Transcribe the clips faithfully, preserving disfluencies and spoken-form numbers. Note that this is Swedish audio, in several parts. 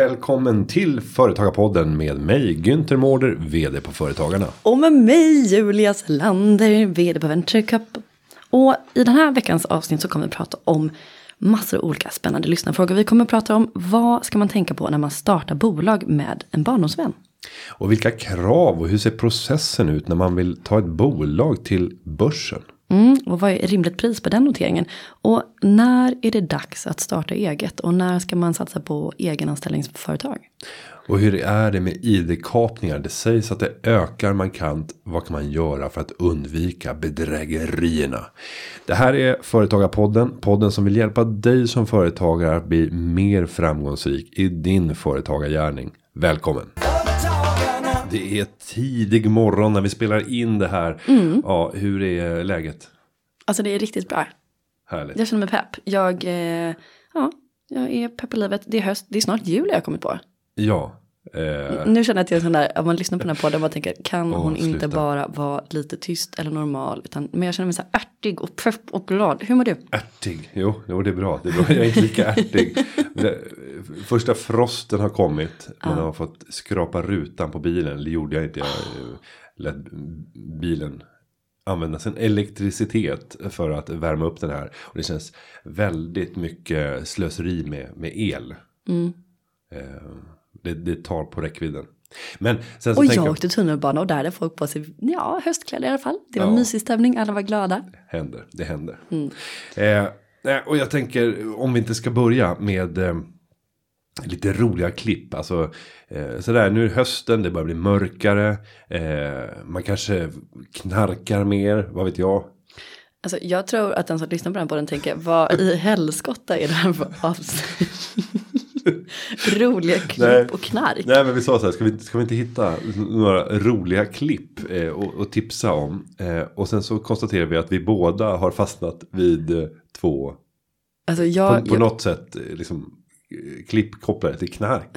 Välkommen till Företagarpodden med mig, Günther Mårder, vd på Företagarna. Och med mig, Julia Selander, vd på Venture Cup. Och i den här veckans avsnitt så kommer vi prata om massor av olika spännande lyssnarfrågor. Vi kommer att prata om vad ska man tänka på när man startar bolag med en barndomsvän. Och vilka krav och hur ser processen ut när man vill ta ett bolag till börsen? Mm, och vad är rimligt pris på den noteringen? Och när är det dags att starta eget? Och när ska man satsa på egenanställningsföretag? Och hur är det med I D-kapningar? Det sägs att det ökar markant. Vad kan man göra för att undvika bedrägerierna? Det här är Företagarpodden. Podden som vill hjälpa dig som företagare att bli mer framgångsrik i din företagargärning. Välkommen! Det är tidig morgon när vi spelar in det här. Mm. Ja, hur är läget? Alltså det är riktigt bra. Härligt. Jag känner mig pepp. Jag, eh, ja, jag är pepp på livet. Det är höst. Det är snart jul jag har kommit på. Ja. Eh. Nu känner jag att jag är sån där, om man lyssnar på den här podden och tänker, kan oh, hon sluta. inte bara vara lite tyst eller normal? Utan, men jag känner mig så här ärtig och pepp och glad. Hur mår du? Ärtig? Jo, jo det är bra. Det är bra. Jag är inte lika ärtig. Det, första frosten har kommit. Man ja. har fått skrapa rutan på bilen. Det gjorde jag inte. Jag lät bilen använda sin elektricitet för att värma upp den här. Och det känns väldigt mycket slöseri med, med el. Mm. Eh, det, det tar på räckvidden. Men sen så och tänker jag åkte tunnelbana och där hade folk på sig, ja, höstkläder i alla fall. Det var ja. mysig stämning, alla var glada. Det händer, det händer. Mm. Eh, och jag tänker, om vi inte ska börja med eh, lite roliga klipp. Alltså, eh, sådär, nu är hösten, det börjar bli mörkare. Eh, man kanske knarkar mer, vad vet jag. Alltså, jag tror att den som lyssnar på den på den tänker, vad i helskotta är det här för avsnitt? Roliga klipp nej, och knark. Nej, men vi sa så här, ska vi, ska vi inte hitta några roliga klipp eh, och, och tipsa om. Eh, och sen så konstaterar vi att vi båda har fastnat vid eh, två. Alltså jag, på på jag... något sätt eh, liksom klipp kopplade till knark.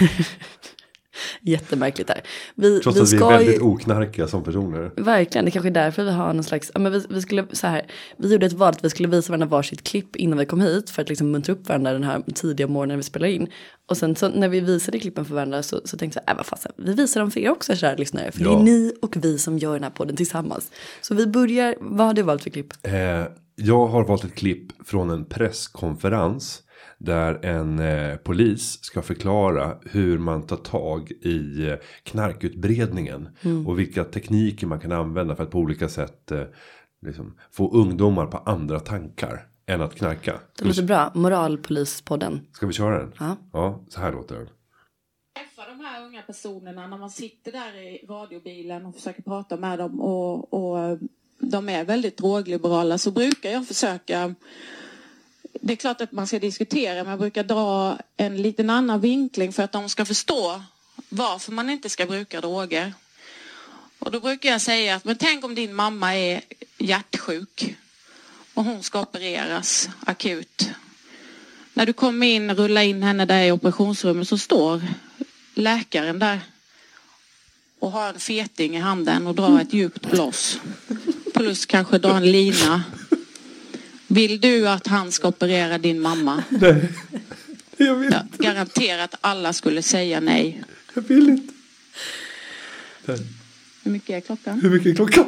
Jättemärkligt där. Vi, Trots vi att vi ska är väldigt ju... oknarkiga som personer. Verkligen, det kanske är därför vi har någon slags... Ja, men vi, vi, skulle, så här, vi gjorde ett val att vi skulle visa varandra varsitt klipp innan vi kom hit. För att liksom muntra upp varandra den här tidiga morgonen vi spelar in. Och sen så, när vi visade klippen för varandra så, så tänkte jag, äh, vad fasen, vi visar dem för er också, kära lyssnare. För ja. det är ni och vi som gör den här podden tillsammans. Så vi börjar, vad har du valt för klipp? Eh, jag har valt ett klipp från en presskonferens. Där en eh, polis ska förklara hur man tar tag i eh, knarkutbredningen. Mm. Och vilka tekniker man kan använda för att på olika sätt eh, liksom, få ungdomar på andra tankar än att knarka. Det låter bra. Moralpolispodden. Ska vi köra den? Ja. Ja, så här låter den. Träffa de här unga personerna när man sitter där i radiobilen och försöker prata med dem. Och, och de är väldigt drogliberala. Så brukar jag försöka... Det är klart att man ska diskutera, men jag brukar dra en liten annan vinkling för att de ska förstå varför man inte ska bruka droger. Och då brukar jag säga att men tänk om din mamma är hjärtsjuk och hon ska opereras akut. När du kommer in och rullar in henne där i operationsrummet så står läkaren där och har en feting i handen och drar ett djupt blås. Plus kanske drar en lina. Vill du att han ska operera din mamma? Nej, jag vill inte. Jag garanterar att alla skulle säga nej. Jag vill inte. Nej. Hur mycket är klockan? Hur mycket är klockan?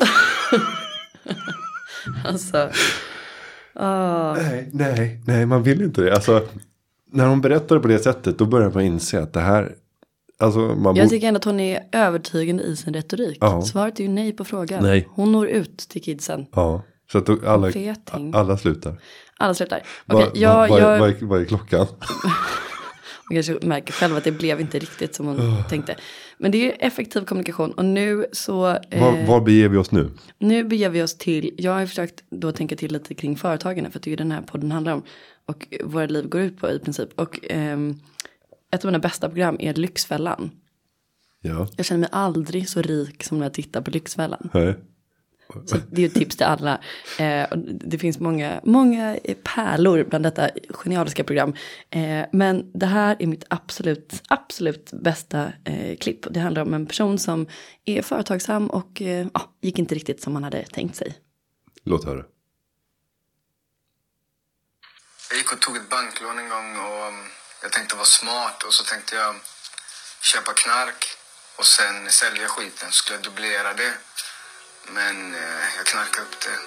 alltså. Oh. Nej, nej, nej, man vill inte det. Alltså, när hon berättar på det sättet, då börjar man inse att det här... Alltså, man jag bor... tycker ändå att hon är övertygande i sin retorik. Ja. Svaret är ju nej på frågan. Nej. Hon når ut till kidsen. Ja. Så att då alla, alla slutar. Alla slutar. Vad okay, jag, va, jag... va, va, va är klockan? Man kanske märker själv att det blev inte riktigt som hon oh. tänkte. Men det är ju effektiv kommunikation. Och nu så... Eh, var, var beger vi oss nu? Nu beger vi oss till... Jag har försökt då tänka till lite kring företagen. För att det är den här podden handlar om. Och våra liv går ut på i princip. Och eh, ett av mina bästa program är Lyxfällan. Ja. Jag känner mig aldrig så rik som när jag tittar på Lyxfällan. Nej. Så det är ett tips till alla. Eh, och det finns många, många pärlor bland detta genialiska program. Eh, men det här är mitt absolut, absolut bästa eh, klipp. Det handlar om en person som är företagsam och eh, gick inte riktigt som man hade tänkt sig. Låt höra. Jag gick och tog ett banklån en gång och Jag tänkte vara smart och så tänkte jag köpa knark och sen sälja skiten. Så skulle jag dubblera det. Men eh, jag knarkade upp det.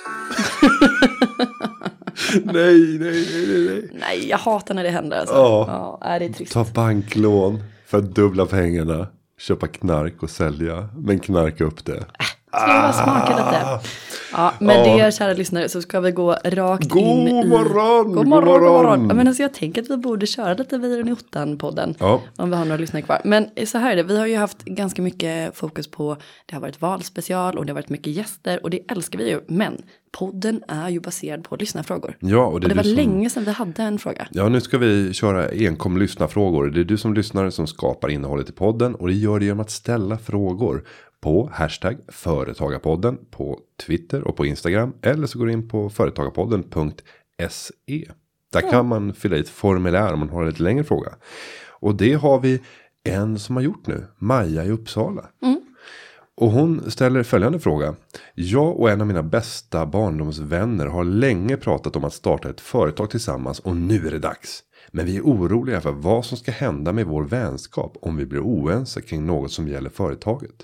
nej, nej, nej, nej. Nej, jag hatar när det händer alltså. Ja. Ja, det är trist. Ta banklån för att dubbla pengarna. Köpa knark och sälja. Men knarka upp det. Ska jag bara smaka lite? Ja, med Ja. det, kära lyssnare, så ska vi gå rakt God in i... morgon, God morgon! God morgon! Ja, men alltså jag tänker att vi borde köra lite vidare i ottan-podden. Ja. Om vi har några lyssnare kvar. Men så här är det, vi har ju haft ganska mycket fokus på... Det har varit valspecial och det har varit mycket gäster. Och det älskar vi ju. Men podden är ju baserad på lyssnarfrågor. Ja, och det, Och det är var du som... länge sedan vi hade en fråga. Ja, nu ska vi köra enkom lyssnarfrågor. Det är du som lyssnar som skapar innehållet i podden. Och det gör det genom att ställa frågor på hashtag företagarpodden på Twitter och på Instagram. Eller så går du in på företagarpodden punkt se. Där ja. kan man fylla i ett formulär om man har en lite längre fråga. Och det har vi en som har gjort nu. Maja i Uppsala. Mm. Och hon ställer följande fråga. Jag och en av mina bästa barndomsvänner har länge pratat om att starta ett företag tillsammans och nu är det dags. Men vi är oroliga för vad som ska hända med vår vänskap om vi blir oense kring något som gäller företaget.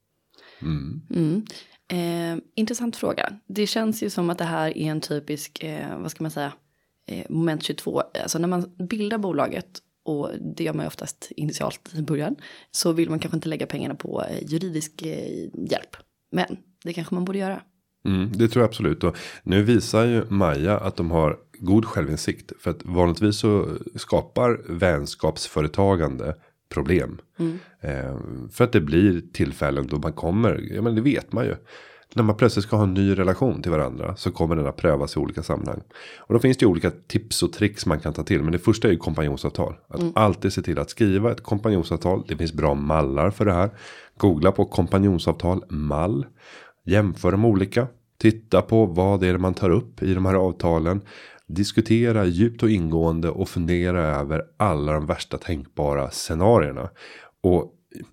Mm. Mm. Eh, intressant fråga. Det känns ju som att det här är en typisk, eh, vad ska man säga, eh, moment tjugotvå. Alltså när man bildar bolaget, och det gör man ju oftast initialt i början, så vill man kanske inte lägga pengarna på eh, juridisk eh, hjälp. Men det kanske man borde göra. Mm, det tror jag absolut. Och nu visar ju Maja att de har god självinsikt. För att vanligtvis så skapar vänskapsföretagande problem. Mm. Eh, för att det blir tillfällen då man kommer, ja men det vet man ju. När man plötsligt ska ha en ny relation till varandra så kommer den att prövas i olika sammanhang. Och då finns det ju olika tips och tricks man kan ta till. Men det första är ju kompanjonsavtal. Att mm. alltid se till att skriva ett kompanjonsavtal. Det finns bra mallar för det här. Googla på kompanjonsavtal mall. Jämför de olika. Titta på vad det är man tar upp i de här avtalen. Diskutera djupt och ingående och fundera över alla de värsta tänkbara scenarierna. Och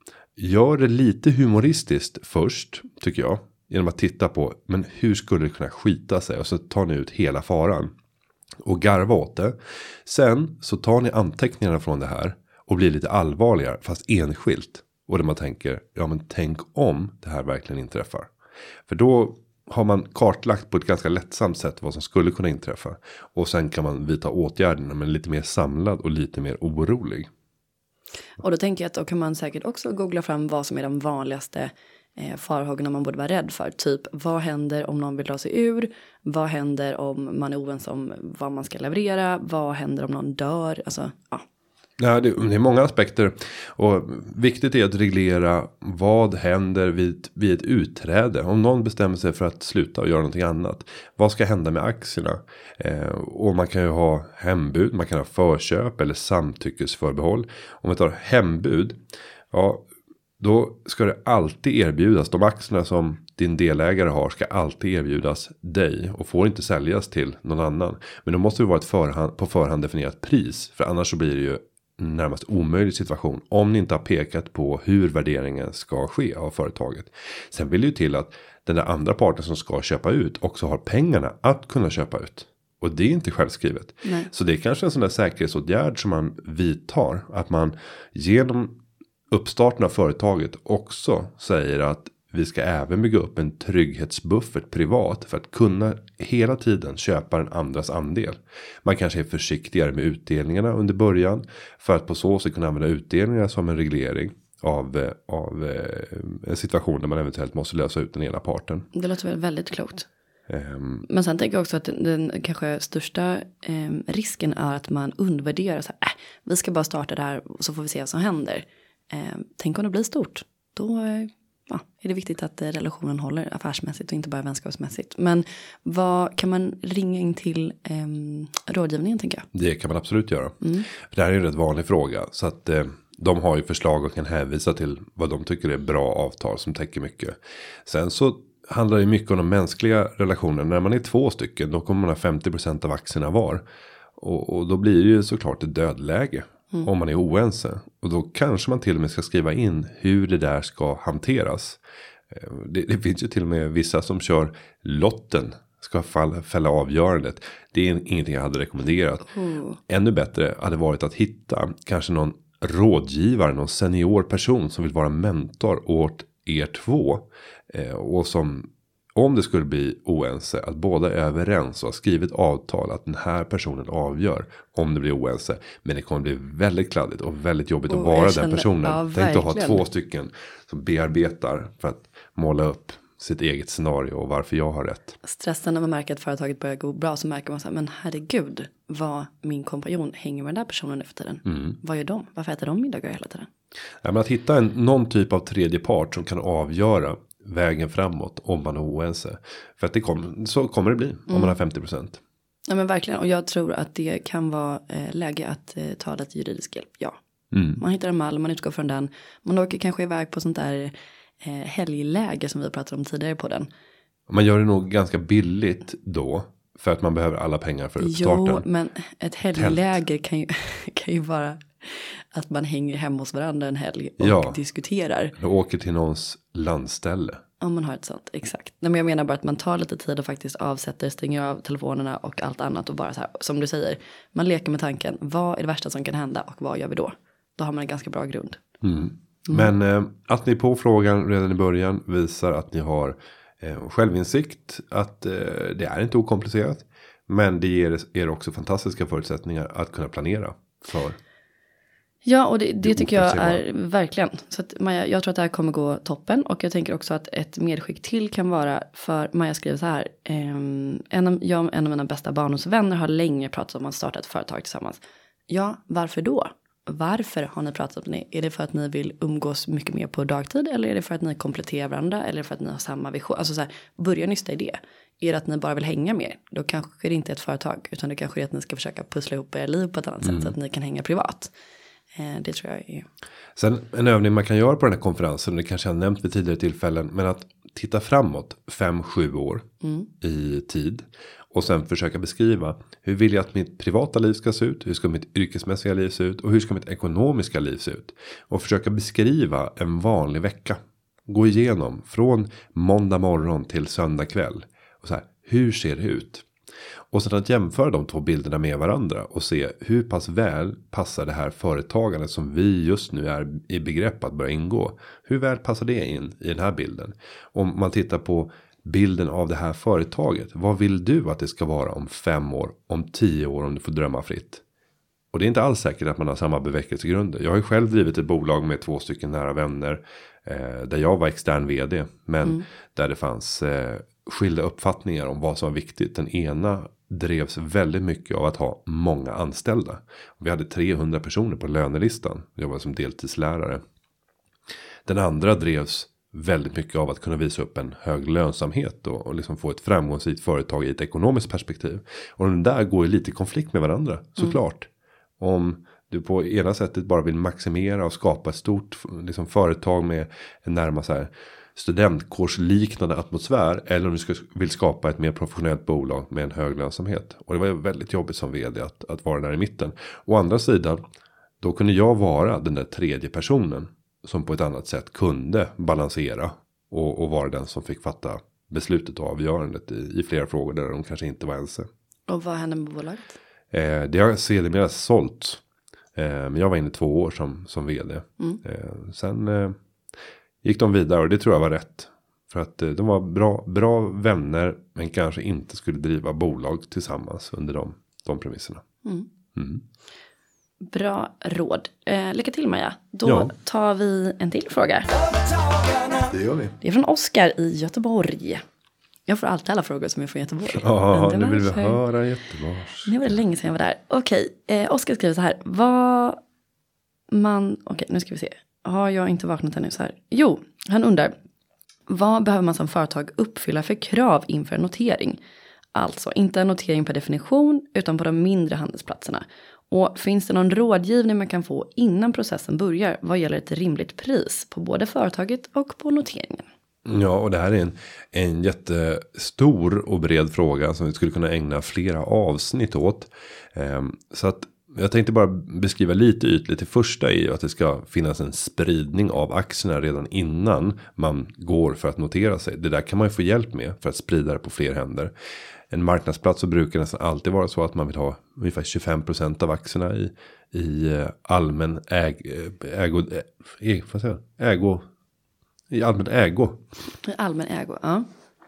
gör det lite humoristiskt först, tycker jag. Genom att titta på, men hur skulle det kunna skita sig? Och så tar ni ut hela faran. Och garva åt det. Sen så tar ni anteckningarna från det här. Och blir lite allvarligare, fast enskilt. Och där man tänker, ja men tänk om det här verkligen inträffar. För då har man kartlagt på ett ganska lättsamt sätt vad som skulle kunna inträffa. Och sen kan man vidta åtgärderna, men lite mer samlad och lite mer orolig. Och då tänker jag att då kan man säkert också googla fram vad som är de vanligaste eh, farhågorna man borde vara rädd för. Typ, vad händer om någon vill dra sig ur? Vad händer om man är oense om vad man ska leverera? Vad händer om någon dör? Alltså, ja. Ja, det, det är många aspekter. Och viktigt är att reglera vad händer vid, vid ett utträde. Om någon bestämmer sig för att sluta och göra någonting annat. Vad ska hända med aktierna? Eh, och man kan ju ha hembud, man kan ha förköp eller samtyckesförbehåll. Om vi tar hembud, ja, då ska det alltid erbjudas. De aktierna som din delägare har ska alltid erbjudas dig och får inte säljas till någon annan. Men då måste det vara ett förhand, på förhand definierat pris. För annars så blir det ju närmast omöjlig situation om ni inte har pekat på hur värderingen ska ske av företaget. Sen vill det ju till att den där andra parten som ska köpa ut också har pengarna att kunna köpa ut. Och det är inte självskrivet. Nej. Så det är kanske en sån där säkerhetsåtgärd som man vidtar. Att man genom uppstarten av företaget också säger att vi ska även bygga upp en trygghetsbuffert privat för att kunna hela tiden köpa den andras andel. Man kanske är försiktigare med utdelningarna under början för att på så sätt kunna använda utdelningar som en reglering av, av en situation där man eventuellt måste lösa ut den ena parten. Det låter väl väldigt klokt. Um, Men sen tänker jag också att den, den kanske största eh, risken är att man undervärderar så här, äh, vi ska bara starta där och så får vi se vad som händer. Eh, tänk om det blir stort, då eh, ja, är det viktigt att relationen håller affärsmässigt och inte bara vänskapsmässigt. Men vad kan man ringa in till eh, rådgivningen, tänker jag? Det kan man absolut göra. Mm. För det här är en rätt vanlig fråga. Så att eh, de har ju förslag och kan hänvisa till vad de tycker är bra avtal som täcker mycket. Sen så handlar det mycket om de mänskliga relationerna. När man är två stycken, då kommer man ha femtio procent av aktierna var. Och, och då blir det ju såklart ett dödläge. Mm. Om man är oense. Och då kanske man till och med ska skriva in hur det där ska hanteras. Det, det finns ju till och med vissa som kör lotten ska fall, fälla avgörandet. Det är ingenting jag hade rekommenderat. Mm. Ännu bättre hade varit att hitta kanske någon rådgivare, någon senior person som vill vara mentor åt er två. Eh, och som, om det skulle bli oense, att båda är överens och har skrivit avtal att den här personen avgör om det blir oense. Men det kommer bli väldigt kladdigt och väldigt jobbigt Oh, att vara känner, den personen. ja, Tänk att ha verkligen. två stycken som bearbetar för att måla upp sitt eget scenario och varför jag har rätt. Stressen när man märker att företaget börjar gå bra, så märker man så här, men herregud, vad min kompanjon hänger med den där personen nu för tiden. Mm. Vad gör de? Varför äter de middagar hela tiden? Ja, men att hitta en, någon typ av tredje part som kan avgöra vägen framåt om man är oense. För att det kom, så kommer det bli om Mm. man har femtio procent. Ja, men verkligen, och jag tror att det kan vara eh, läge att eh, ta lite juridisk hjälp, ja. Mm. Man hittar en mall, man utgår från den. Man åker kanske iväg på sånt där eh, helgläge som vi pratade om tidigare på den. Man gör det nog ganska billigt då. För att man behöver alla pengar för uppstarten. Jo, men ett helgläge kan ju, kan ju vara att man hänger hemma hos varandra en helg och Ja. diskuterar. Du åker till någons landställe. Om man har ett sånt, exakt. Nej, men jag menar bara att man tar lite tid och faktiskt avsätter, stänger av telefonerna och allt annat. Och bara så här, som du säger, man leker med tanken, vad är det värsta som kan hända och vad gör vi då? Då har man en ganska bra grund. Mm. Mm. Men eh, att ni på frågan redan i början visar att ni har eh, självinsikt. Att eh, det är inte okomplicerat. Men det ger er också fantastiska förutsättningar att kunna planera för. Ja, och det, det, Det tycker jag oförutsägbara. är verkligen. Så att Maja, jag tror att det här kommer gå toppen. Och jag tänker också att ett medskick till kan vara, för Maja skriver så här. ehm, en, av, jag och en av mina bästa barndomsvänner har länge pratat om att starta ett företag tillsammans. Ja, varför då? Varför har ni pratat om det? Är det för att ni vill umgås mycket mer på dagtid? Eller är det för att ni kompletterar varandra? Eller för att ni har samma vision? Alltså så här, börja nysta i det. Är det att ni bara vill hänga mer? Då kanske det inte är ett företag. Utan det kanske är att ni ska försöka pussla ihop er liv på ett annat Mm. sätt. Så att ni kan hänga privat. Eh, det tror jag är... Sen en övning man kan göra på den här konferensen. Det kanske jag har nämnt vid tidigare tillfällen. Men att titta framåt fem, sju år Mm. i tid. Och sen försöka beskriva. Hur vill jag att mitt privata liv ska se ut? Hur ska mitt yrkesmässiga liv se ut? Och hur ska mitt ekonomiska liv se ut? Och försöka beskriva en vanlig vecka. Gå igenom från måndag morgon till söndag kväll. Och så här, hur ser det ut? Och sen att jämföra de två bilderna med varandra. Och se hur pass väl passar det här företagandet som vi just nu är i begrepp att börja ingå. Hur väl passar det in i den här bilden? Om man tittar på bilden av det här företaget. Vad vill du att det ska vara om fem år? Om tio år om du får drömma fritt? Och det är inte alls säkert att man har samma bevekelsegrunder. Jag har ju själv drivit ett bolag med två stycken nära vänner. Eh, där jag var extern vd. Men mm. där det fanns eh, skilda uppfattningar om vad som var viktigt. Den ena drevs väldigt mycket av att ha många anställda. Vi hade trehundra personer på lönelistan. Jag var som deltidslärare. Den andra drevs väldigt mycket av att kunna visa upp en hög lönsamhet. Och, och liksom få ett framgångsrikt företag i ett ekonomiskt perspektiv. Och den där går ju lite i konflikt med varandra. Såklart. Mm. Om du på ena sättet bara vill maximera och skapa ett stort liksom, företag med en närmast så här studentkårsliknande atmosfär. Eller om du ska, vill skapa ett mer professionellt bolag med en hög lönsamhet. Och det var ju väldigt jobbigt som vd att, att vara där i mitten. Å andra sidan, då kunde jag vara den där tredje personen. Som på ett annat sätt kunde balansera. Och, och vara den som fick fatta beslutet och avgörandet i, i flera frågor där de kanske inte var ense. Och vad hände med bolaget? Eh, det har sedermera sålt. Eh, men jag var inne två år som, som vd. Mm. Eh, sen eh, gick de vidare och det tror jag var rätt. För att eh, de var bra, bra vänner. Men kanske inte skulle driva bolag tillsammans under de, de premisserna. Mm. Mm. Bra råd. Eh, lycka till Maja. Då Ja. tar vi en till fråga. Det gör vi. Det är från Oskar i Göteborg. Jag får alltid alla frågor som är från Göteborg. Ja, Men det nu var vill vi för- höra Göteborgs. Det var länge sedan jag var där. Okej, eh, Oskar skriver så här. Vad man... Okej, nu ska vi se. Har jag inte vaknat ännu så här? Jo, han undrar. Vad behöver man som företag uppfylla för krav inför en notering? Alltså, inte en notering per definition, utan på de mindre handelsplatserna. Och finns det någon rådgivning man kan få innan processen börjar vad gäller ett rimligt pris på både företaget och på noteringen? Ja, och det här är en, en jättestor och bred fråga som vi skulle kunna ägna flera avsnitt åt. Ehm, så att jag tänkte bara beskriva lite ytligt. Det första är ju att det ska finnas en spridning av aktierna redan innan man går för att notera sig. Det där kan man ju få hjälp med för att sprida det på fler händer. En marknadsplats så brukar nästan alltid vara så att man vill ha ungefär tjugofem procent av aktierna i, i allmän äg, ägo, äg, vad säger jag? ägo, i allmän ägo. I allmän ägo, ja.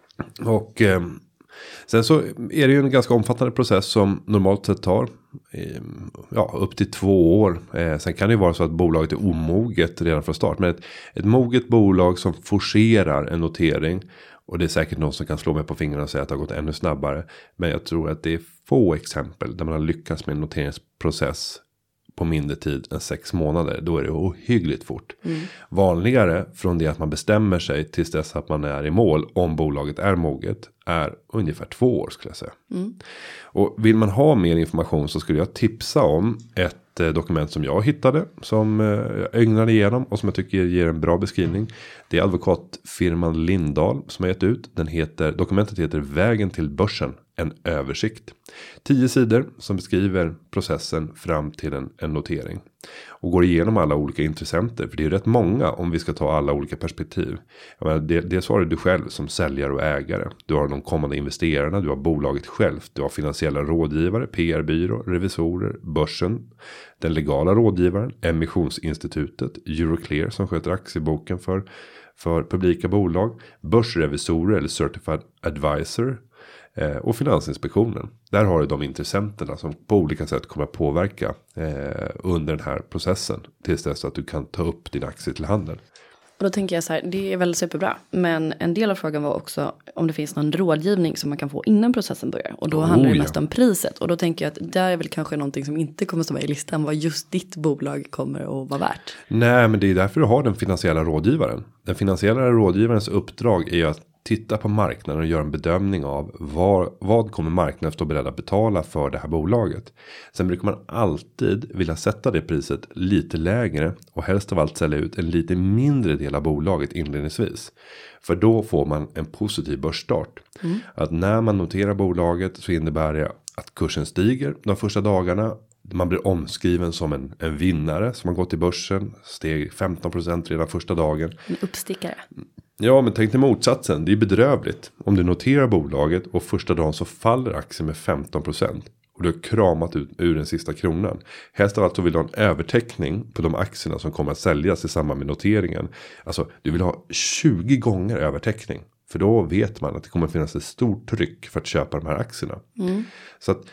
Och eh, sen så är det ju en ganska omfattande process som normalt sett tar eh, ja, upp till två år. Eh, sen kan det ju vara så att bolaget är omoget redan från start. Men ett, ett moget bolag som forcerar en notering. Och det är säkert någon som kan slå mig på fingrarna och säga att det har gått ännu snabbare. Men jag tror att det är få exempel där man har lyckats med en noteringsprocess på mindre tid än sex månader. Då är det ohyggligt fort. Mm. Vanligare från det att man bestämmer sig tills dess att man är i mål, om bolaget är moget, är ungefär två år skulle jag säga. Mm. Och vill man ha mer information så skulle jag tipsa om ett eh, dokument som jag hittade, som eh, jag ögnade igenom och som jag tycker ger en bra beskrivning. Det är advokatfirman Lindahl som har gett ut. Den heter, dokumentet heter Vägen till börsen. En översikt. Tio sidor som beskriver processen fram till en, en notering. Och går igenom alla olika intressenter. För det är rätt många om vi ska ta alla olika perspektiv. Jag menar, det, det svarar du själv som säljare och ägare. Du har de kommande investerarna. Du har bolaget självt. Du har finansiella rådgivare, P R-byrå, revisorer, börsen. Den legala rådgivaren, emissionsinstitutet, Euroclear som sköter aktieboken för, för publika bolag. Börsrevisorer eller Certified Advisor. Och Finansinspektionen. Där har du de intressenterna som på olika sätt kommer att påverka eh, under den här processen. Tills dess att du kan ta upp din aktie till handel. Och då tänker jag så här, det är väl superbra. Men en del av frågan var också om det finns någon rådgivning som man kan få innan processen börjar. Och då oh, handlar det mest ja. om priset. Och då tänker jag att där är väl kanske någonting som inte kommer att stå med i listan. Vad just ditt bolag kommer att vara värt. Nej, men det är därför du har den finansiella rådgivaren. Den finansiella rådgivarens uppdrag är ju att titta på marknaden och göra en bedömning av var, vad kommer marknaden stå beredd att betala för det här bolaget. Sen brukar man alltid vilja sätta det priset lite lägre och helst av allt sälja ut en lite mindre del av bolaget inledningsvis. För då får man en positiv börsstart. Mm. Att när man noterar bolaget så innebär det att kursen stiger de första dagarna. Man blir omskriven som en, en vinnare som har gått i börsen. Steg femton procent redan första dagen. En uppstickare. Ja, men tänk dig motsatsen. Det är bedrövligt. Om du noterar bolaget och första dagen så faller aktien med femton procent. Och du har kramat ut ur den sista kronan. Helst av allt så vill du ha en övertäckning på de aktierna som kommer att säljas i samband med noteringen. Alltså, du vill ha tjugo gånger övertäckning. För då vet man att det kommer att finnas ett stort tryck för att köpa de här aktierna. Mm. Så att...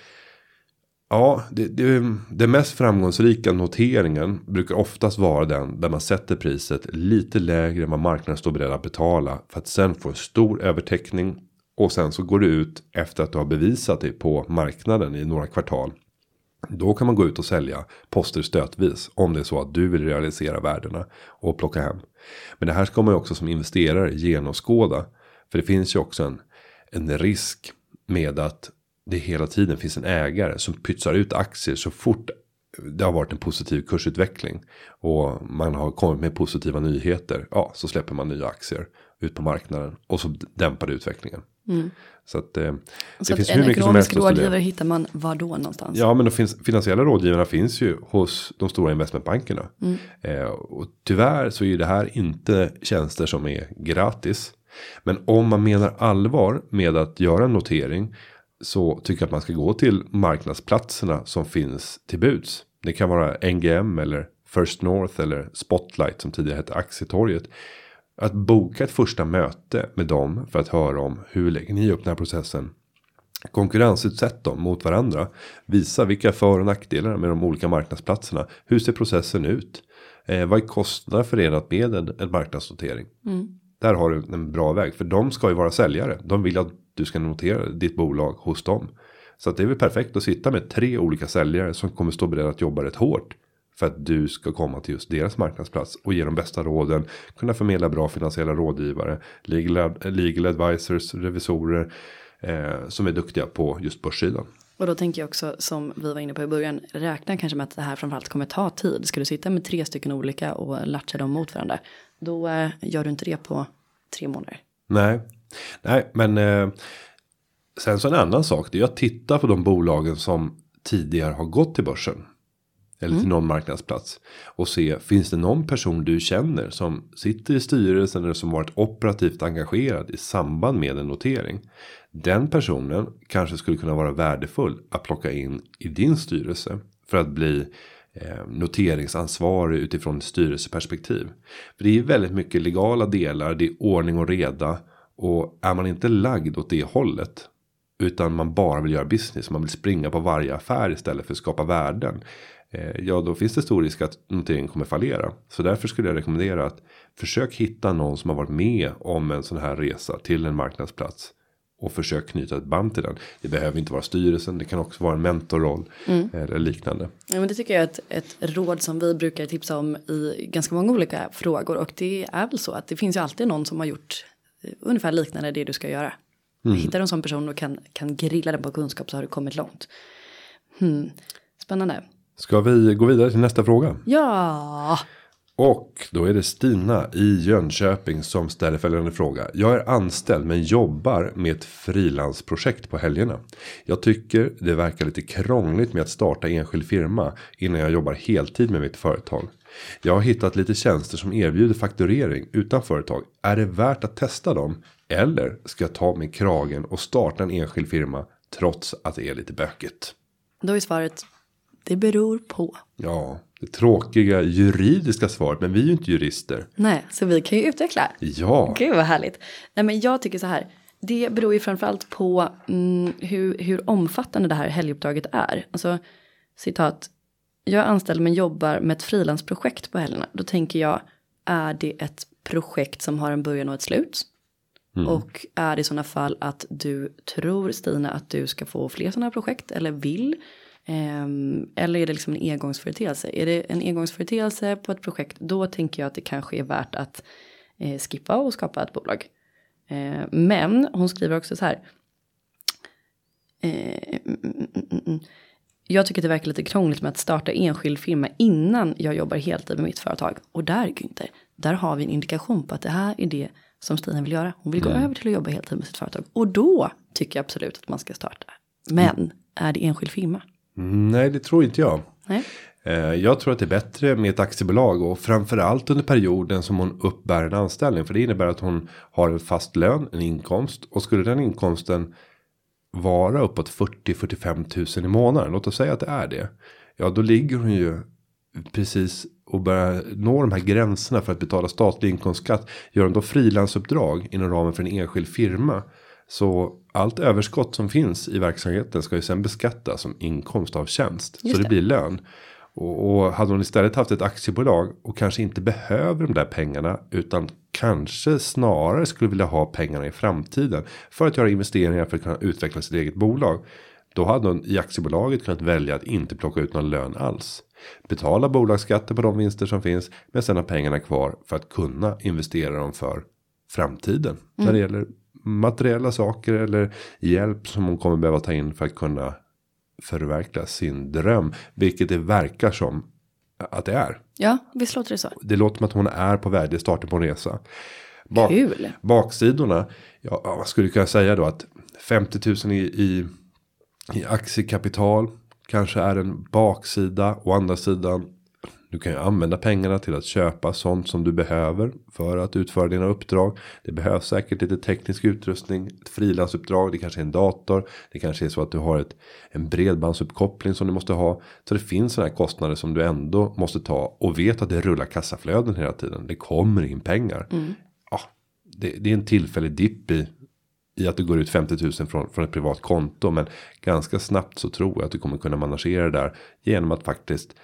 Ja, det, det, det mest framgångsrika noteringen brukar oftast vara den där man sätter priset lite lägre än vad marknaden står beredd att betala för att sen få en stor övertäckning och sen så går det ut efter att du har bevisat det på marknaden i några kvartal. Då kan man gå ut och sälja poster stötvis om det är så att du vill realisera värdena och plocka hem. Men det här ska man ju också som investerare genomskåda, för det finns ju också en, en risk med att det hela tiden finns en ägare som pytsar ut aktier så fort det har varit en positiv kursutveckling. Och man har kommit med positiva nyheter. Ja, så släpper man nya aktier ut på marknaden. Och så dämpar det utvecklingen. Mm. Så att eh, det så finns att hur en mycket som helst. Ekonomisk rådgivare hittar man var då någonstans? Ja, men de finns, finansiella rådgivarna finns ju hos de stora investmentbankerna. Mm. Eh, och tyvärr så är det här inte tjänster som är gratis. Men om man menar allvar med att göra en notering, så tycker jag att man ska gå till marknadsplatserna som finns till buds. Det kan vara N G M eller First North eller Spotlight som tidigare hette Aktietorget. Att boka ett första möte med dem för att höra om hur lägger ni upp den här processen. Konkurrensutsätt dem mot varandra. Visa vilka för- och nackdelar med de olika marknadsplatserna. Hur ser processen ut? Eh, vad är kostnader förenat med en, en marknadsnotering? Mm. Där har du en bra väg. För de ska ju vara säljare. De vill att du ska notera ditt bolag hos dem. Så att det är väl perfekt att sitta med tre olika säljare som kommer stå beredda att jobba rätt hårt. För att du ska komma till just deras marknadsplats och ge de bästa råden. Kunna förmedla bra finansiella rådgivare. Legal, legal advisors, revisorer eh, som är duktiga på just börssidan. Och då tänker jag också, som vi var inne på i början, räkna kanske med att det här framförallt kommer ta tid. Ska du sitta med tre stycken olika och latcha dem mot varandra, då eh, gör du inte det på tre månader. Nej, Nej men eh, sen så en annan sak, det är att titta på de bolagen som tidigare har gått till börsen. Eller till någon marknadsplats. Och se, finns det någon person du känner som sitter i styrelsen eller som varit operativt engagerad i samband med en notering. Den personen kanske skulle kunna vara värdefull att plocka in i din styrelse. För att bli eh, noteringsansvarig utifrån ett styrelseperspektiv. För det är väldigt mycket legala delar, det är ordning och reda. Och är man inte lagd åt det hållet. Utan man bara vill göra business, man vill springa på varje affär istället för att skapa värden. Ja, då finns det stor risk att noteringen kommer fallera. Så därför skulle jag rekommendera att försök hitta någon som har varit med om en sån här resa till en marknadsplats. Och försök knyta ett band till den. Det behöver inte vara styrelsen, det kan också vara en mentorroll mm. eller liknande. Ja, men det tycker jag är ett, ett råd som vi brukar tipsa om i ganska många olika frågor. Och det är väl så att det finns ju alltid någon som har gjort ungefär liknande det du ska göra. Mm. Hittar du en sån person och kan, kan grilla den på kunskap så har du kommit långt. Hmm. Spännande. Ska vi gå vidare till nästa fråga? Ja. Och då är det Stina i Jönköping som ställer följande fråga. Jag är anställd men jobbar med ett frilansprojekt på helgerna. Jag tycker det verkar lite krångligt med att starta enskild firma innan jag jobbar heltid med mitt företag. Jag har hittat lite tjänster som erbjuder fakturering utan företag. Är det värt att testa dem? Eller ska jag ta mig kragen och starta en enskild firma trots att det är lite bökigt? Då är svaret, det beror på. Ja, det tråkiga juridiska svaret, men vi är ju inte jurister. Nej, så vi kan ju utveckla. Ja. Gud vad härligt. Nej, men jag tycker så här, det beror ju framförallt på mm, hur, hur omfattande det här helguppdraget är. Alltså, citat, jag är anställd men jobbar med ett frilansprojekt på helgerna. Då tänker jag, är det ett projekt som har en början och ett slut? Mm. Och är det i sådana fall att du tror, Stina, att du ska få fler sådana här projekt eller vill? Um, eller är det liksom en engångsföreteelse? Är det en engångsföreteelse på ett projekt, då tänker jag att det kanske är värt att eh, skippa och skapa ett bolag. Eh, men hon skriver också så här. Eh, mm, mm, mm. Jag tycker det verkar lite krångligt med att starta enskild firma innan jag jobbar heltid med mitt företag. Och där, Günther, där har vi en indikation på att det här är det som Stina vill göra. Hon vill mm. gå över till att jobba heltid med sitt företag. Och då tycker jag absolut att man ska starta. Men mm. är det enskild firma? Nej, det tror inte jag. Nej. Jag tror att det är bättre med ett aktiebolag och framförallt under perioden som hon uppbär en anställning. För det innebär att hon har en fast lön, en inkomst. Och skulle den inkomsten vara uppåt fyrtio till fyrtiofem tusen i månaden, låt oss säga att det är det. Ja, då ligger hon ju precis och börjar nå de här gränserna för att betala statlig inkomstskatt. Gör hon då frilansuppdrag inom ramen för en enskild firma, så allt överskott som finns i verksamheten ska ju sen beskattas som inkomst av tjänst. Just så det, det blir lön. Och, och hade hon istället haft ett aktiebolag och kanske inte behöver de där pengarna, utan kanske snarare skulle vilja ha pengarna i framtiden för att göra investeringar för att kunna utveckla sitt eget bolag. Då hade hon i aktiebolaget kunnat välja att inte plocka ut någon lön alls. Betala bolagsskatter på de vinster som finns, men sen ha pengarna kvar för att kunna investera dem för framtiden. Mm. När det gäller materiella saker eller hjälp som hon kommer behöva ta in för att kunna förverkliga sin dröm. Vilket det verkar som att det är. Ja, visst låter det så. Det låter som att hon är på väg, starten på en resa. Bak, Kul. Baksidorna, ja, vad skulle jag kunna säga då, att femtio tusen i, i, i aktiekapital kanske är en baksida. Å andra sidan, du kan ju använda pengarna till att köpa sånt som du behöver för att utföra dina uppdrag. Det behövs säkert lite teknisk utrustning, ett frilansuppdrag, det kanske är en dator. Det kanske är så att du har ett, en bredbandsuppkoppling som du måste ha. Så det finns sådana här kostnader som du ändå måste ta och vet att det rullar kassaflöden hela tiden. Det kommer in pengar. Mm. Ja, det, det är en tillfällig dipp i, i att det går ut femtio tusen från, från ett privat konto. Men ganska snabbt så tror jag att du kommer kunna managera det där genom att faktiskt,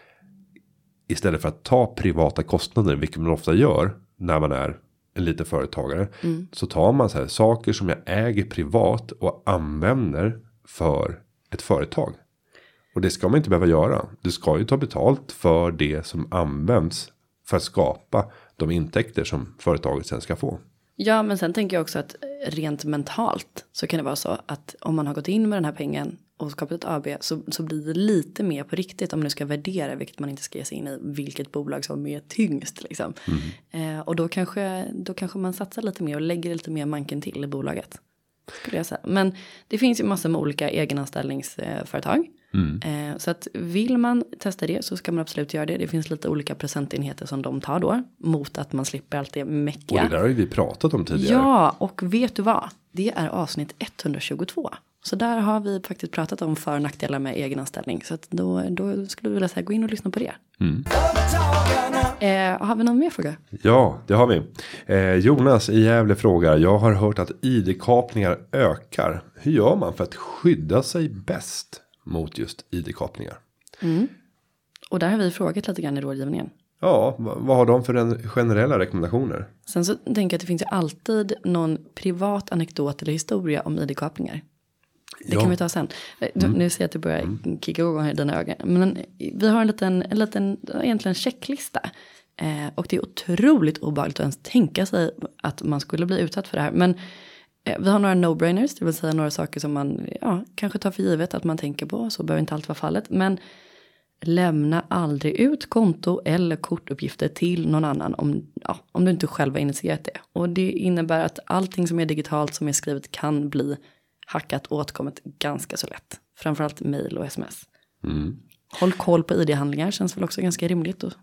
istället för att ta privata kostnader, vilket man ofta gör när man är en liten företagare. Mm. Så tar man så här saker som jag äger privat och använder för ett företag. Och det ska man inte behöva göra. Du ska ju ta betalt för det som används för att skapa de intäkter som företaget sen ska få. Ja, men sen tänker jag också att rent mentalt så kan det vara så att om man har gått in med den här pengen och skapat ett A B, så, så blir det lite mer på riktigt om du ska värdera, vilket man inte ska ge sig in i, vilket bolag som är tyngst liksom. Mm. Eh, och då kanske, då kanske man satsar lite mer och lägger lite mer manken till i bolaget, skulle jag säga. Men det finns ju massor med olika egenanställningsföretag. Mm. Eh, så att vill man testa det så ska man absolut göra det. Det finns lite olika procentenheter som de tar då. Mot att man slipper allt det mäckiga. Och det där har ju vi pratat om tidigare. Ja, och vet du vad? Det är avsnitt etthundratjugotvå. Så där har vi faktiskt pratat om för- och nackdelar med egenanställning. Så att då, då skulle vi vilja säga, gå in och lyssna på det. Mm. Eh, har vi någon mer fråga? Ja, det har vi. Eh, Jonas i Gävle frågar. Jag har hört att I D-kapningar ökar. Hur gör man för att skydda sig bäst mot just I D-kapningar? Mm. Och där har vi frågat lite grann i rådgivningen. Ja, vad har de för en generella rekommendationer? Sen så tänker jag att det finns ju alltid någon privat anekdot eller historia om I D-kapningar. Det ja. kan vi ta sen. Mm. Nu ser jag att du börjar mm. kicka igång här i dina ögon. Men vi har en liten, en liten egentligen checklista. Eh, och det är otroligt obehagligt att ens tänka sig att man skulle bli utsatt för det här. Men eh, vi har några no-brainers. Det vill säga några saker som man ja, kanske tar för givet att man tänker på. Så behöver inte allt vara fallet. Men lämna aldrig ut konto eller kortuppgifter till någon annan. Om, ja, om du inte själv har initierat det. Och det innebär att allting som är digitalt som är skrivet kan bli hackat och åtkommet ganska så lätt. Framförallt mejl och sms. Mm. Håll koll på I D-handlingar känns väl också ganska rimligt. Och,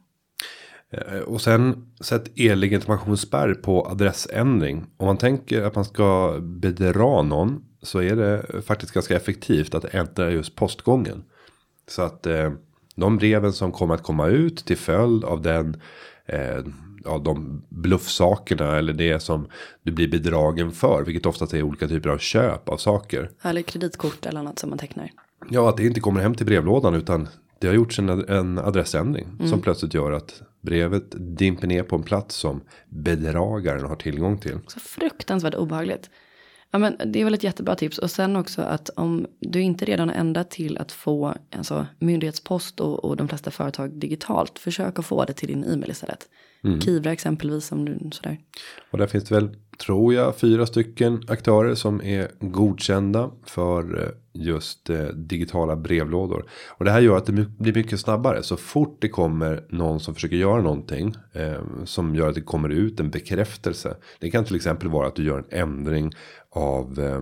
och sen sätt e-legitimationsspärr på adressändring. Om man tänker att man ska bedra någon så är det faktiskt ganska effektivt att ändra just postgången. Så att eh, de breven som kommer att komma ut till följd av den eh, ja, de bluffsakerna eller det som du blir bedragen för, vilket oftast är olika typer av köp av saker. Eller kreditkort eller annat som man tecknar. Ja, att det inte kommer hem till brevlådan utan det har gjorts en, en adressändring mm. som plötsligt gör att brevet dimper ner på en plats som bedragaren har tillgång till. Så fruktansvärt obehagligt. Ja, men det är väl ett jättebra tips. Och sen också att om du inte redan har ändrat till att få alltså, myndighetspost och, och de flesta företag digitalt. Försök att få det till din e-mail istället. Mm. Kivra exempelvis om du sådär. Och där finns det väl, tror jag, fyra stycken aktörer som är godkända för just eh, digitala brevlådor. Och det här gör att det blir mycket snabbare. Så fort det kommer någon som försöker göra någonting eh, som gör att det kommer ut en bekräftelse. Det kan till exempel vara att du gör en ändring av eh,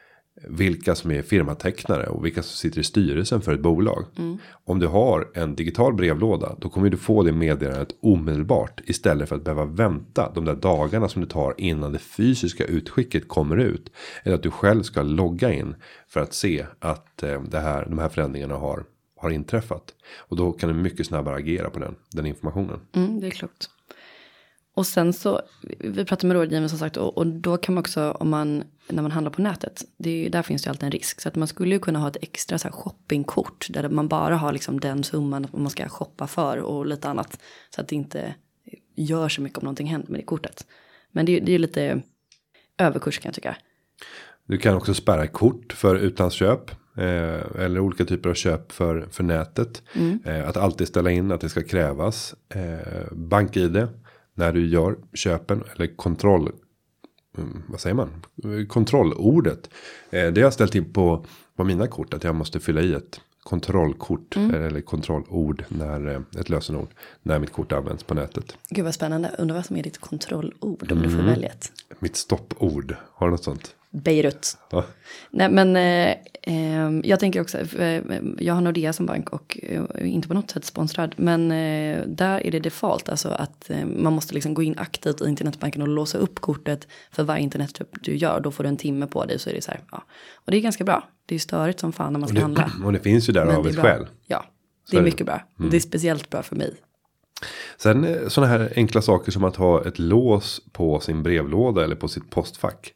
vilka som är firmatecknare och vilka som sitter i styrelsen för ett bolag. Mm. Om du har en digital brevlåda då kommer du få det meddelandet omedelbart istället för att behöva vänta de där dagarna som det tar innan det fysiska utskicket kommer ut. Eller att du själv ska logga in för att se att eh, det här, de här förändringarna har, har inträffat. Och då kan du mycket snabbare agera på den, den informationen. Mm, det är klokt. Och sen så, vi pratar med rådgivare som sagt, och, och då kan man också, om man, när man handlar på nätet, det är, där finns det alltid en risk. Så att man skulle ju kunna ha ett extra så här shoppingkort, där man bara har liksom den summan att man ska shoppa för och lite annat. Så att det inte gör så mycket om någonting händer med det kortet. Men det, det är ju lite överkurs kan jag tycka. Du kan också spärra kort för utlandsköp. Eh, eller olika typer av köp för, för nätet. Mm. Eh, att alltid ställa in att det ska krävas eh, bank-I D. När du gör köpen eller kontroll, vad säger man? Kontrollordet. Det har jag ställt in på, på mina kort att jag måste fylla i ett kontrollkort mm. eller kontrollord när ett lösenord när mitt kort används på nätet. Gud vad spännande. Undrar vad som är ditt kontrollord om mm. du får välja ett. Mitt stoppord. Har du något sånt? Beirut. Ja. Nej men eh, eh, jag tänker också, eh, jag har Nordea som bank och eh, inte på något sätt sponsrad. Men eh, där är det default, alltså att eh, man måste liksom gå in aktivt i internetbanken och låsa upp kortet för varje internetköp du gör. Då får du en timme på dig så är det så här, ja. Och det är ganska bra. Det är störigt som fan när man ska och det, handla. Och det finns ju där av ett skäl. Ja, det är mycket bra. Mm. Det är speciellt bra för mig. Sen sådana här enkla saker som att ha ett lås på sin brevlåda eller på sitt postfack.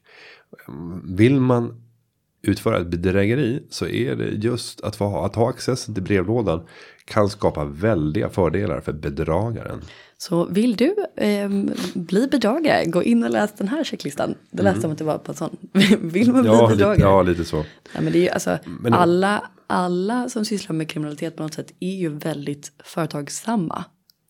Vill man utföra ett bedrägeri så är det just att, få, att ha access till brevlådan kan skapa väldiga fördelar för bedragaren. Så vill du eh, bli bedragare, gå in och läs den här checklistan. Det läste mm. om att det var på en sån. Vill man bli ja, bedragare? Lite, ja, lite så. Ja, men det är ju, alltså, men, alla, alla som sysslar med kriminalitet på något sätt är ju väldigt företagsamma.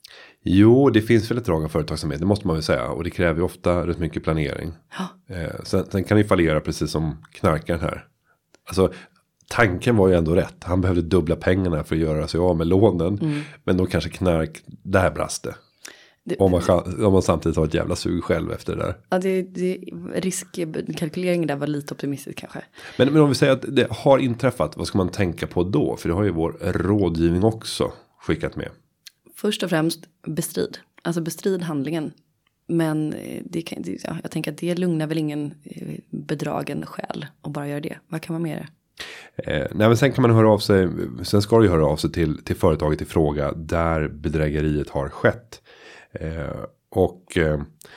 Jo, det finns väl ett drag av företagsamhet, det måste man väl säga. Och det kräver ju ofta rätt mycket planering. Ja. Eh, sen, sen kan det fallera precis som knarkaren här. Alltså, tanken var ju ändå rätt. Han behövde dubbla pengarna för att göra sig av med lånen. Mm. Men då kanske knark, där brast det. Det, om, man, om man samtidigt har ett jävla sug själv efter det där. Ja, det, det, riskkalkyleringen där var lite optimistisk kanske. Men, men om vi säger att det har inträffat, vad ska man tänka på då? För det har ju vår rådgivning också skickat med. Först och främst bestrid. Alltså bestrid handlingen. Men det kan, ja, jag tänker att det lugnar väl ingen bedragen själ och bara göra det. Vad kan man med det? Eh, nej, men sen kan man höra av sig, sen ska du höra av sig till, till företaget i fråga där bedrägeriet har skett. Eh, och eh,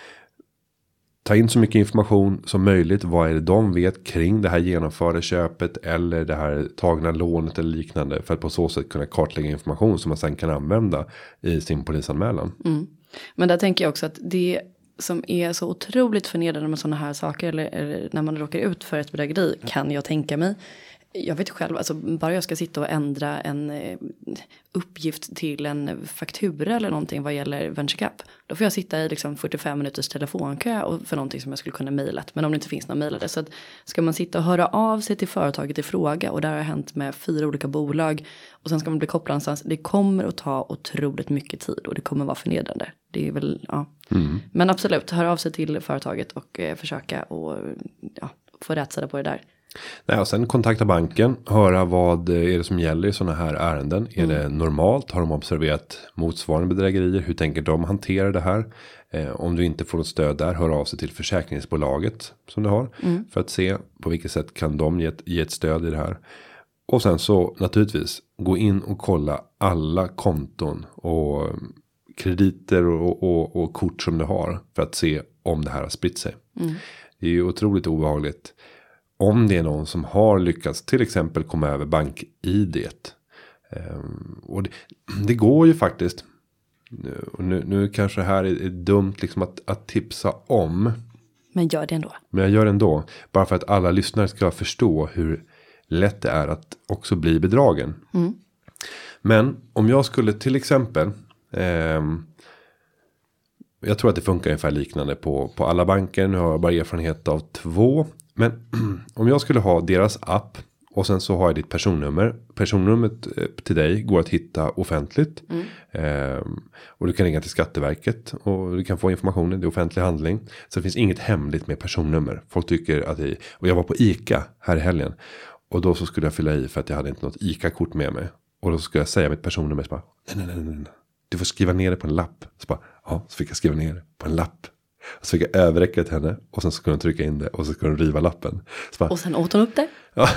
ta in så mycket information som möjligt. Vad är det de vet kring det här genomförda köpet eller det här tagna lånet eller liknande. För att på så sätt kunna kartlägga information som man sen kan använda i sin polisanmälan. Mm. Men där tänker jag också att det som är så otroligt förnedrande med sådana här saker eller, eller när man råkar ut för ett bedrägeri kan jag tänka mig. Jag vet själv, alltså bara jag ska sitta och ändra en eh, uppgift till en faktura eller någonting vad gäller VentureCap. Då får jag sitta i liksom fyrtiofem minuters telefonkö och för någonting som jag skulle kunna mejlat. Men om det inte finns någon mejlade. Så att ska man sitta och höra av sig till företaget i fråga och det har hänt med fyra olika bolag. Och sen ska man bli kopplad någonstans. Det kommer att ta otroligt mycket tid och det kommer vara förnedrande. Det är väl, ja. Mm. Men absolut, höra av sig till företaget och eh, försöka och, ja, få rätt på det där. Nej, och sen kontakta banken, höra vad är det som gäller i sådana här ärenden. Mm. Är det normalt? Har de observerat motsvarande bedrägerier? Hur tänker de hantera det här? Eh, om du inte får något stöd där, hör av sig till försäkringsbolaget som du har. Mm. För att se på vilket sätt kan de ge ett, ge ett stöd i det här. Och sen så naturligtvis gå in och kolla alla konton och krediter och, och, och kort som du har. För att se om det här har spritt sig. Mm. Det är ju otroligt obehagligt. Om det är någon som har lyckats till exempel komma över bank-I D. Um, och det, det går ju faktiskt. Och nu, nu kanske det här är, är dumt liksom att, att tipsa om. Men gör det ändå. Men jag gör det ändå. Bara för att alla lyssnare ska förstå hur lätt det är att också bli bedragen. Mm. Men om jag skulle till exempel. Um, jag tror att det funkar ungefär liknande på, på alla banker. Nu har jag bara erfarenhet av två. Men om jag skulle ha deras app och sen så har jag ditt personnummer. Personnumret till dig går att hitta offentligt. Mm. Ehm, och du kan ringa till Skatteverket och du kan få informationen. Det är offentlig handling. Så det finns inget hemligt med personnummer. Folk tycker att det är... Och jag var på ICA här i helgen. Och då så skulle jag fylla i för att jag hade inte något ICA-kort med mig. Och då skulle jag säga mitt personnummer. Så bara, nej, nej, nej, nej. Du får skriva ner det på en lapp. Så bara, ja, så fick jag skriva ner det på en lapp. Så fick jag överräcka till henne. Och sen så kunde hon trycka in det. Och så kunde hon riva lappen. Bara, och sen åt hon upp det? Ja.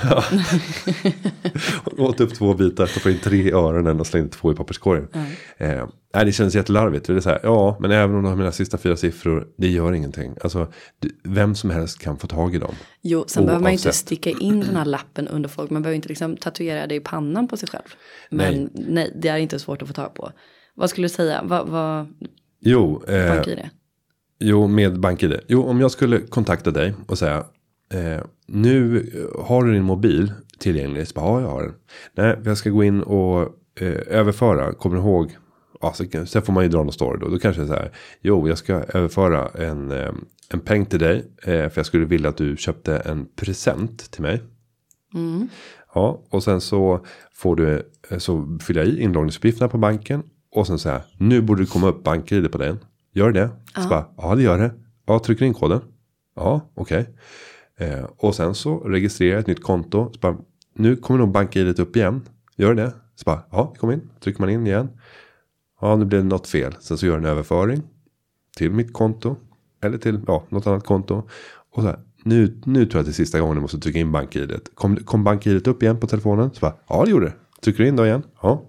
Hon åt upp två bitar. Så får in tre i öronen. Och slängde två i papperskorgen. Mm. Eh, nej, det känns jättelarvigt. Det är så här, ja, men även om de har mina sista fyra siffror. Det gör ingenting. Alltså, vem som helst kan få tag i dem. Jo, sen behöver man ju inte sticka in den här lappen under folk. Man behöver inte liksom tatuera det i pannan på sig själv. Men nej, nej det är inte svårt att få tag på. Vad skulle du säga? Vad, vad, jo, eh, BankID? Jo, med BankID. Jo, om jag skulle kontakta dig och säga. Eh, nu har du din mobil tillgänglig. Så bara, ja, jag har den. Nej, jag ska gå in och eh, överföra. Kommer du ihåg? Ja, så, sen får man ju dra någon story då. Då kanske det är så här. Jo, jag ska överföra en, eh, en peng till dig. Eh, för jag skulle vilja att du köpte en present till mig. Mm. Ja, och sen så får du. Så fyller jag i inloggningsuppgifterna på banken. Och sen så här. Nu borde det komma upp BankID på den. Gör det? Ja. Så bara, ja, det gör det. Ja, trycker in koden. Ja, okej. Okay. Eh, och sen så registrerar ett nytt konto. Så bara, nu kommer nog BankID upp igen. Gör det? Så bara, ja, kom in. Trycker man in igen. Ja, nu blev det något fel. Sen så gör en överföring till mitt konto. Eller till, ja, något annat konto. Och så här, nu, nu tror jag att det är sista gången jag måste trycka in BankID. Kom, kom BankID upp igen på telefonen? Så bara, ja, det gjorde det. Trycker du in då igen? Ja.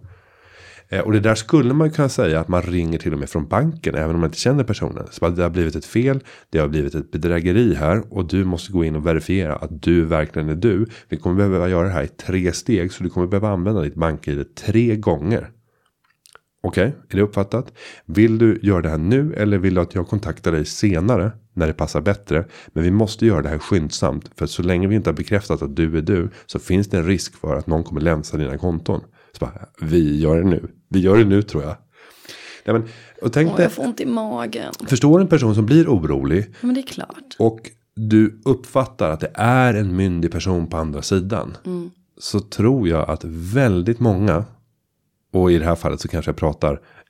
Och det där skulle man kunna säga att man ringer till och med från banken. Även om man inte känner personen. Så att det har blivit ett fel. Det har blivit ett bedrägeri här. Och du måste gå in och verifiera att du verkligen är du. Vi kommer behöva göra det här i tre steg. Så du kommer behöva använda ditt BankID tre gånger. Okej, okay, är det uppfattat? Vill du göra det här nu? Eller vill du att jag kontaktar dig senare? När det passar bättre. Men vi måste göra det här skyndsamt. För så länge vi inte har bekräftat att du är du. Så finns det en risk för att någon kommer länsa dina konton. Så bara, vi gör det nu. Vi gör det nu, tror jag. Nej, men, och tänk Åh, jag får ont i magen. Förstår en person som blir orolig. Men det är klart. Och du uppfattar att det är en myndig person på andra sidan. Mm. Så tror jag att väldigt många. Och i det här fallet så kanske jag pratar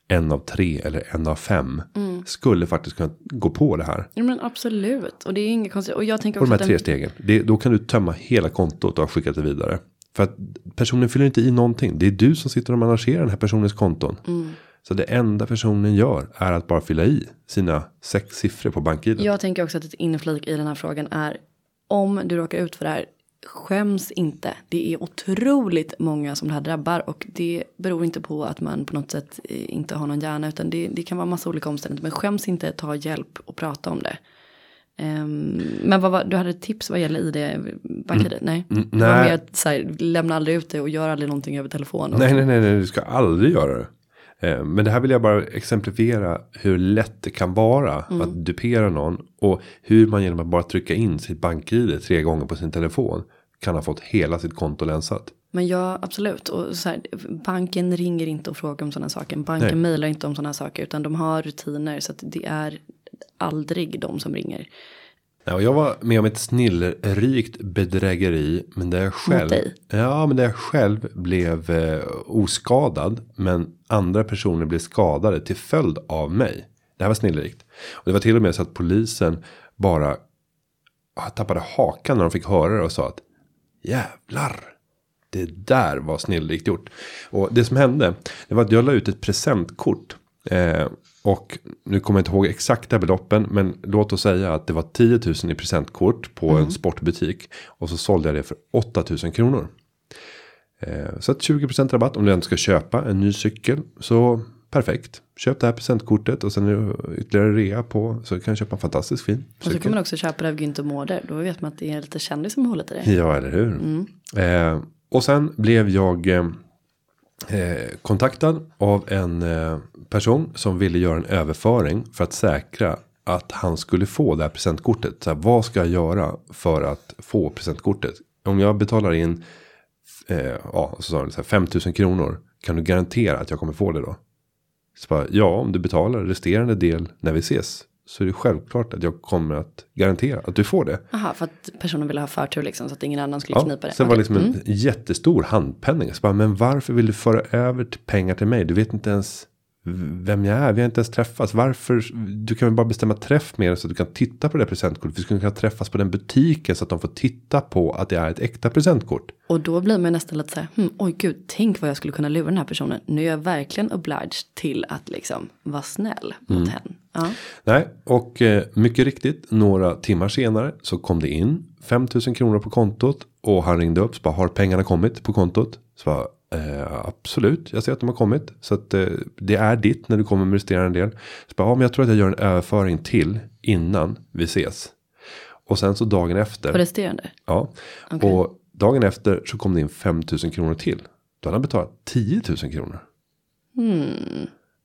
en av tre eller en av fem mm. skulle faktiskt kunna gå på det här. Ja, men absolut. Och det är inget konstigt. Och jag tänker och också de här tre stegen. Det, då kan du tömma hela kontot och skicka det vidare. För att personen fyller inte i någonting. Det är du som sitter och managerar den här personens konton. Mm. Så det enda personen gör är att bara fylla i sina sex siffror på bank-I D. Jag tänker också att ett inflik i den här frågan är om du råkar ut för det här, skäms inte. Det är otroligt många som det här drabbar och det beror inte på att man på något sätt inte har någon hjärna utan det, det kan vara massa olika omständigheter. Men skäms inte, ta hjälp och prata om det. Um, men vad var, du hade ett tips vad gäller I D, bank-I D? Mm. Nej. Mm, nej. Det var mer att så här, lämna aldrig ut det och gör aldrig någonting över telefon. Nej, nej, nej, nej, du ska aldrig göra det. Eh, men det här vill jag bara exemplifiera hur lätt det kan vara mm. att dupera någon. Och hur man genom att bara trycka in sitt bank-I D tre gånger på sin telefon kan ha fått hela sitt konto länsat. Men ja, absolut. Och så här, banken ringer inte och frågar om sådana saker. Banken mejlar inte om sådana saker utan de har rutiner så att det är aldrig de som ringer. Ja, jag var med om ett snillrikt bedrägeri men där jag själv, ja, men där jag själv blev eh, oskadad men andra personer blev skadade till följd av mig. Det här var snillrikt. Och det var till och med så att polisen bara tappade hakan när de fick höra det och sa att jävlar, det där var snillrikt gjort. Och det som hände, det var att jag la ut ett presentkort eh, och nu kommer jag inte ihåg exakta beloppen men låt oss säga att det var tio tusen i presentkort på mm. en sportbutik och så sålde jag det för åtta tusen kronor. Eh, så att tjugo procent rabatt om du ändå ska köpa en ny cykel så perfekt. Köp det här presentkortet och sen är det ytterligare rea på så kan du köpa en fantastiskt fin cykel. Och så kan man också köpa det av Günther Mårder. Då vet man att det är lite kändis som håller till det. Ja, eller hur? Mm. Eh, och sen blev jag eh, kontaktad av en eh, person som ville göra en överföring för att säkra att han skulle få det här presentkortet. Så här, vad ska jag göra för att få presentkortet? Om jag betalar in eh, ja, så sa han så här, fem tusen kronor, kan du garantera att jag kommer få det då? Så bara, ja, om du betalar resterande del när vi ses så är det självklart att jag kommer att garantera att du får det. Aha, för att personen ville ha förtur liksom så att ingen annan skulle ja, knipa det. Så det var liksom mm. en jättestor handpenning. Så bara, men varför vill du föra över pengar till mig? Du vet inte ens vem jag är. Vi har inte ens träffats. Varför? Du kan väl bara bestämma träff med så att du kan titta på det presentkortet. Vi skulle kunna träffas på den butiken så att de får titta på att det är ett äkta presentkort. Och då blir man nästan lite så här, hm, oj gud, tänk vad jag skulle kunna lura den här personen. Nu är jag verkligen obliged till att liksom vara snäll mot mm. henne. Ja. Nej, och eh, mycket riktigt, några timmar senare så kom det in fem tusen kronor på kontot. Och han ringde upp, så bara, har pengarna kommit på kontot? Så bara, eh, absolut, jag ser att de har kommit. Så att eh, det är ditt när du kommer med resterande del. Så bara, ja, men jag tror att jag gör en överföring till innan vi ses. Och sen så dagen efter. På resterande? Ja, okay. Och dagen efter så kom det in fem tusen kronor till. Då hade han betalat tio tusen kronor. Hmm.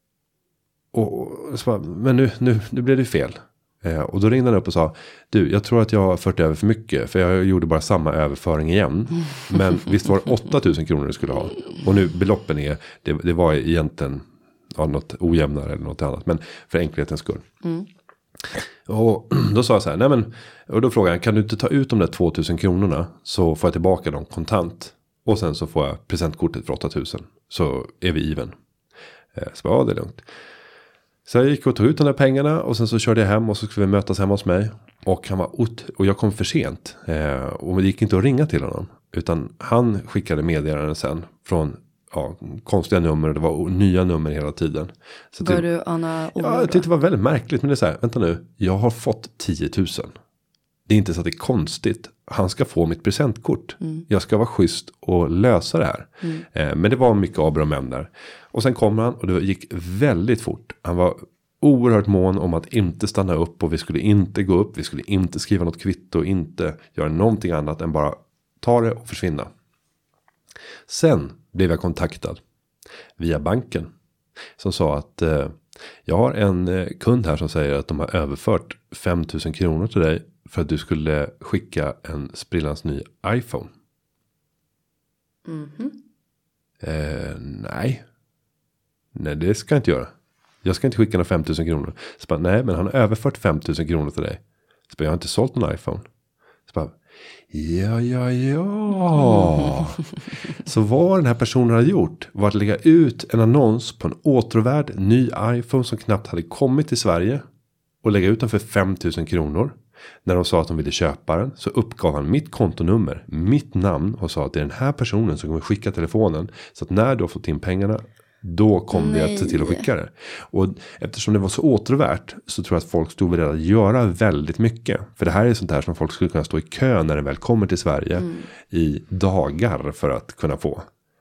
Och, och så bara, men nu, nu, nu blev det fel. Eh, och då ringde han upp och sa, du, jag tror att jag har fört över för mycket. För jag gjorde bara samma överföring igen. Men visst var det åtta tusen kronor du skulle ha. Och nu beloppen är, det, det var egentligen ja, något ojämnare eller något annat. Men för enkelhetens skull. Mm. Och då sa jag så här, nej men, och då frågade jag, kan du inte ta ut de där två tusen kronorna så får jag tillbaka dem kontant. Och sen så får jag presentkortet för åtta tusen. Så är vi even. Eh, så ja, det är lugnt. Så jag gick och tog ut de där pengarna och sen så körde jag hem och så skulle vi mötas hemma hos mig. Och han var ot- och jag kom för sent. Eh, och det gick inte att ringa till honom. Utan han skickade meddelanden sen från ja, konstiga nummer. Och det var nya nummer hela tiden. Så Bör du ana oro? Ja, jag tyckte det var väldigt märkligt. Men det är så här, vänta nu. Jag har fått tio tusen. Det är inte så att det är konstigt. Han ska få mitt presentkort. Mm. Jag ska vara schysst och lösa det här. Mm. Eh, men det var mycket aber och men där. Och sen kom han och det gick väldigt fort. Han var oerhört mån om att inte stanna upp. Och vi skulle inte gå upp. Vi skulle inte skriva något kvitto. Inte göra någonting annat än bara ta det och försvinna. Sen blev jag kontaktad via banken. Som sa att eh, jag har en eh, kund här som säger att de har överfört fem tusen kronor till dig. För att du skulle skicka en sprillans ny iPhone. Mm-hmm. Eh, nej. Nej, det ska jag inte göra. Jag ska inte skicka några fem tusen kronor. Så bara, nej, men han har överfört fem tusen kronor till dig. Så bara, jag har inte sålt någon iPhone. Så bara, Ja, ja, ja. Så vad den här personen hade gjort var att lägga ut en annons på en åtråvärd ny iPhone som knappt hade kommit till Sverige. Och lägga ut den för fem tusen kronor. När de sa att de ville köpa den så uppgav han mitt kontonummer, mitt namn och sa att det är den här personen som kommer skicka telefonen. Så att när du har fått in pengarna, då kommer vi att se till att skicka det. Och eftersom det var så åtråvärt så tror jag att folk stod beredda att göra väldigt mycket. För det här är sånt här som folk skulle kunna stå i kö när den väl kommer till Sverige mm. i dagar för att kunna få.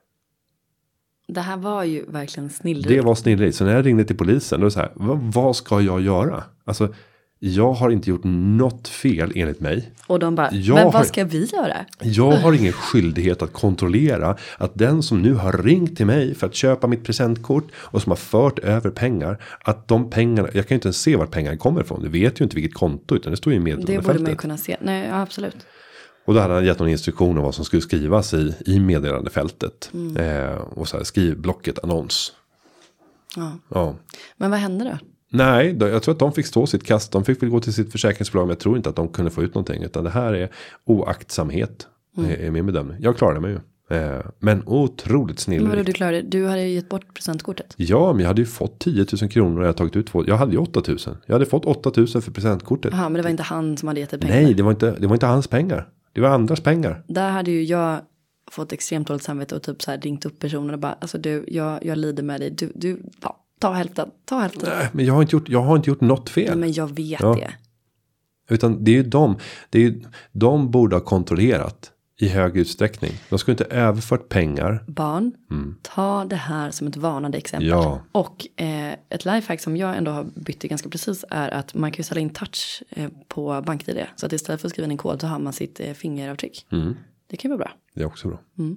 Det här var ju verkligen snillrikt. Det var snillrikt. Så när jag ringde till polisen då var det så här, vad, vad ska jag göra? Alltså, jag har inte gjort något fel enligt mig. Och de bara, jag men vad har, ska vi göra? Jag har ingen skyldighet att kontrollera att den som nu har ringt till mig för att köpa mitt presentkort och som har fört över pengar, att de pengarna, jag kan ju inte ens se vart pengarna kommer ifrån. Du vet ju inte vilket konto utan det står ju i meddelandefältet. Det borde man ju kunna se. Nej, ja, absolut. Och då hade han gett någon instruktion om vad som skulle skrivas i, i meddelandefältet. Mm. Eh, och så här, skriv blocket annons. Ja. Ja. Men vad hände då? Nej, då, jag tror att de fick stå sitt kast. De fick väl gå till sitt försäkringsbolag. Men jag tror inte att de kunde få ut någonting. Utan det här är oaktsamhet. Mm. Är, är min bedömning. Jag klarade mig ju. Eh, men otroligt snillrikt. Men vadå du klarade? Du hade ju gett bort presentkortet. Ja, men jag hade ju fått tio tusen kronor. Och jag hade tagit ut två. Jag hade ju åtta tusen. Jag hade fått åtta tusen för presentkortet. Jaha, men det var inte han som hade gett dig pengar. Nej, det var inte, det var inte hans pengar. Det var andras pengar. Där hade ju jag fått extremt dåligt samvete och typ så här ringt upp personer och bara, alltså du, jag, jag lider med dig. Du, du, ja, ta hälften, ta hälften. Nej, men jag har inte gjort, jag har inte gjort något fel. Nej, men jag vet ja. det. Utan det är ju de, det är ju, de borde ha kontrollerat i hög utsträckning. De skulle inte överfört pengar. Barn, mm. ta det här som ett varnande exempel. Ja. Och eh, ett lifehack som jag ändå har bytt till ganska precis är att man kan ju ställa in touch eh, på BankID. Så att istället för att skriva in en kod så har man sitt eh, fingeravtryck. Mm. Det kan vara bra. Det är också bra. Mm.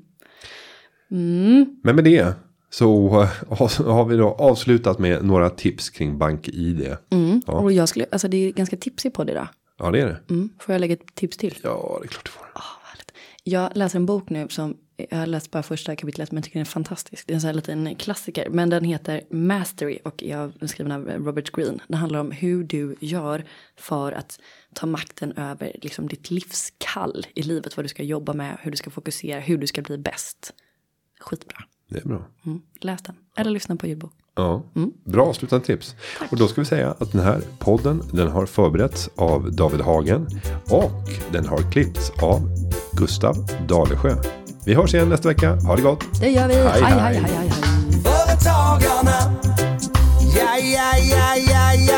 Mm. Men med det så har vi då avslutat med några tips kring BankID. Mm. Ja. Och jag skulle, alltså det är ganska tipsig på det då. Ja, det är det. Mm. Får jag lägga ett tips till? Ja, det är klart du får. Oh, jag läser en bok nu som, jag har läst bara första kapitlet men jag tycker den är fantastisk. Det är en sån här liten klassiker. Men den heter Mastery och jag är skriven av Robert Greene. Det handlar om hur du gör för att ta makten över liksom ditt livskall i livet. Vad du ska jobba med, hur du ska fokusera, hur du ska bli bäst. Skitbra. Det är bra. Mm. Läs den. Eller lyssna på ljudbok. Ja, mm. Bra avslutande tips. Tack. Och då ska vi säga att den här podden, den har förberetts av David Hagen och den har klippts av Gustav Dalesjö. Vi hörs igen nästa vecka. Ha det gott. Det gör vi. Hej, hej, hej, hej, hej. Företagarna. Ja, ja, ja, ja, ja.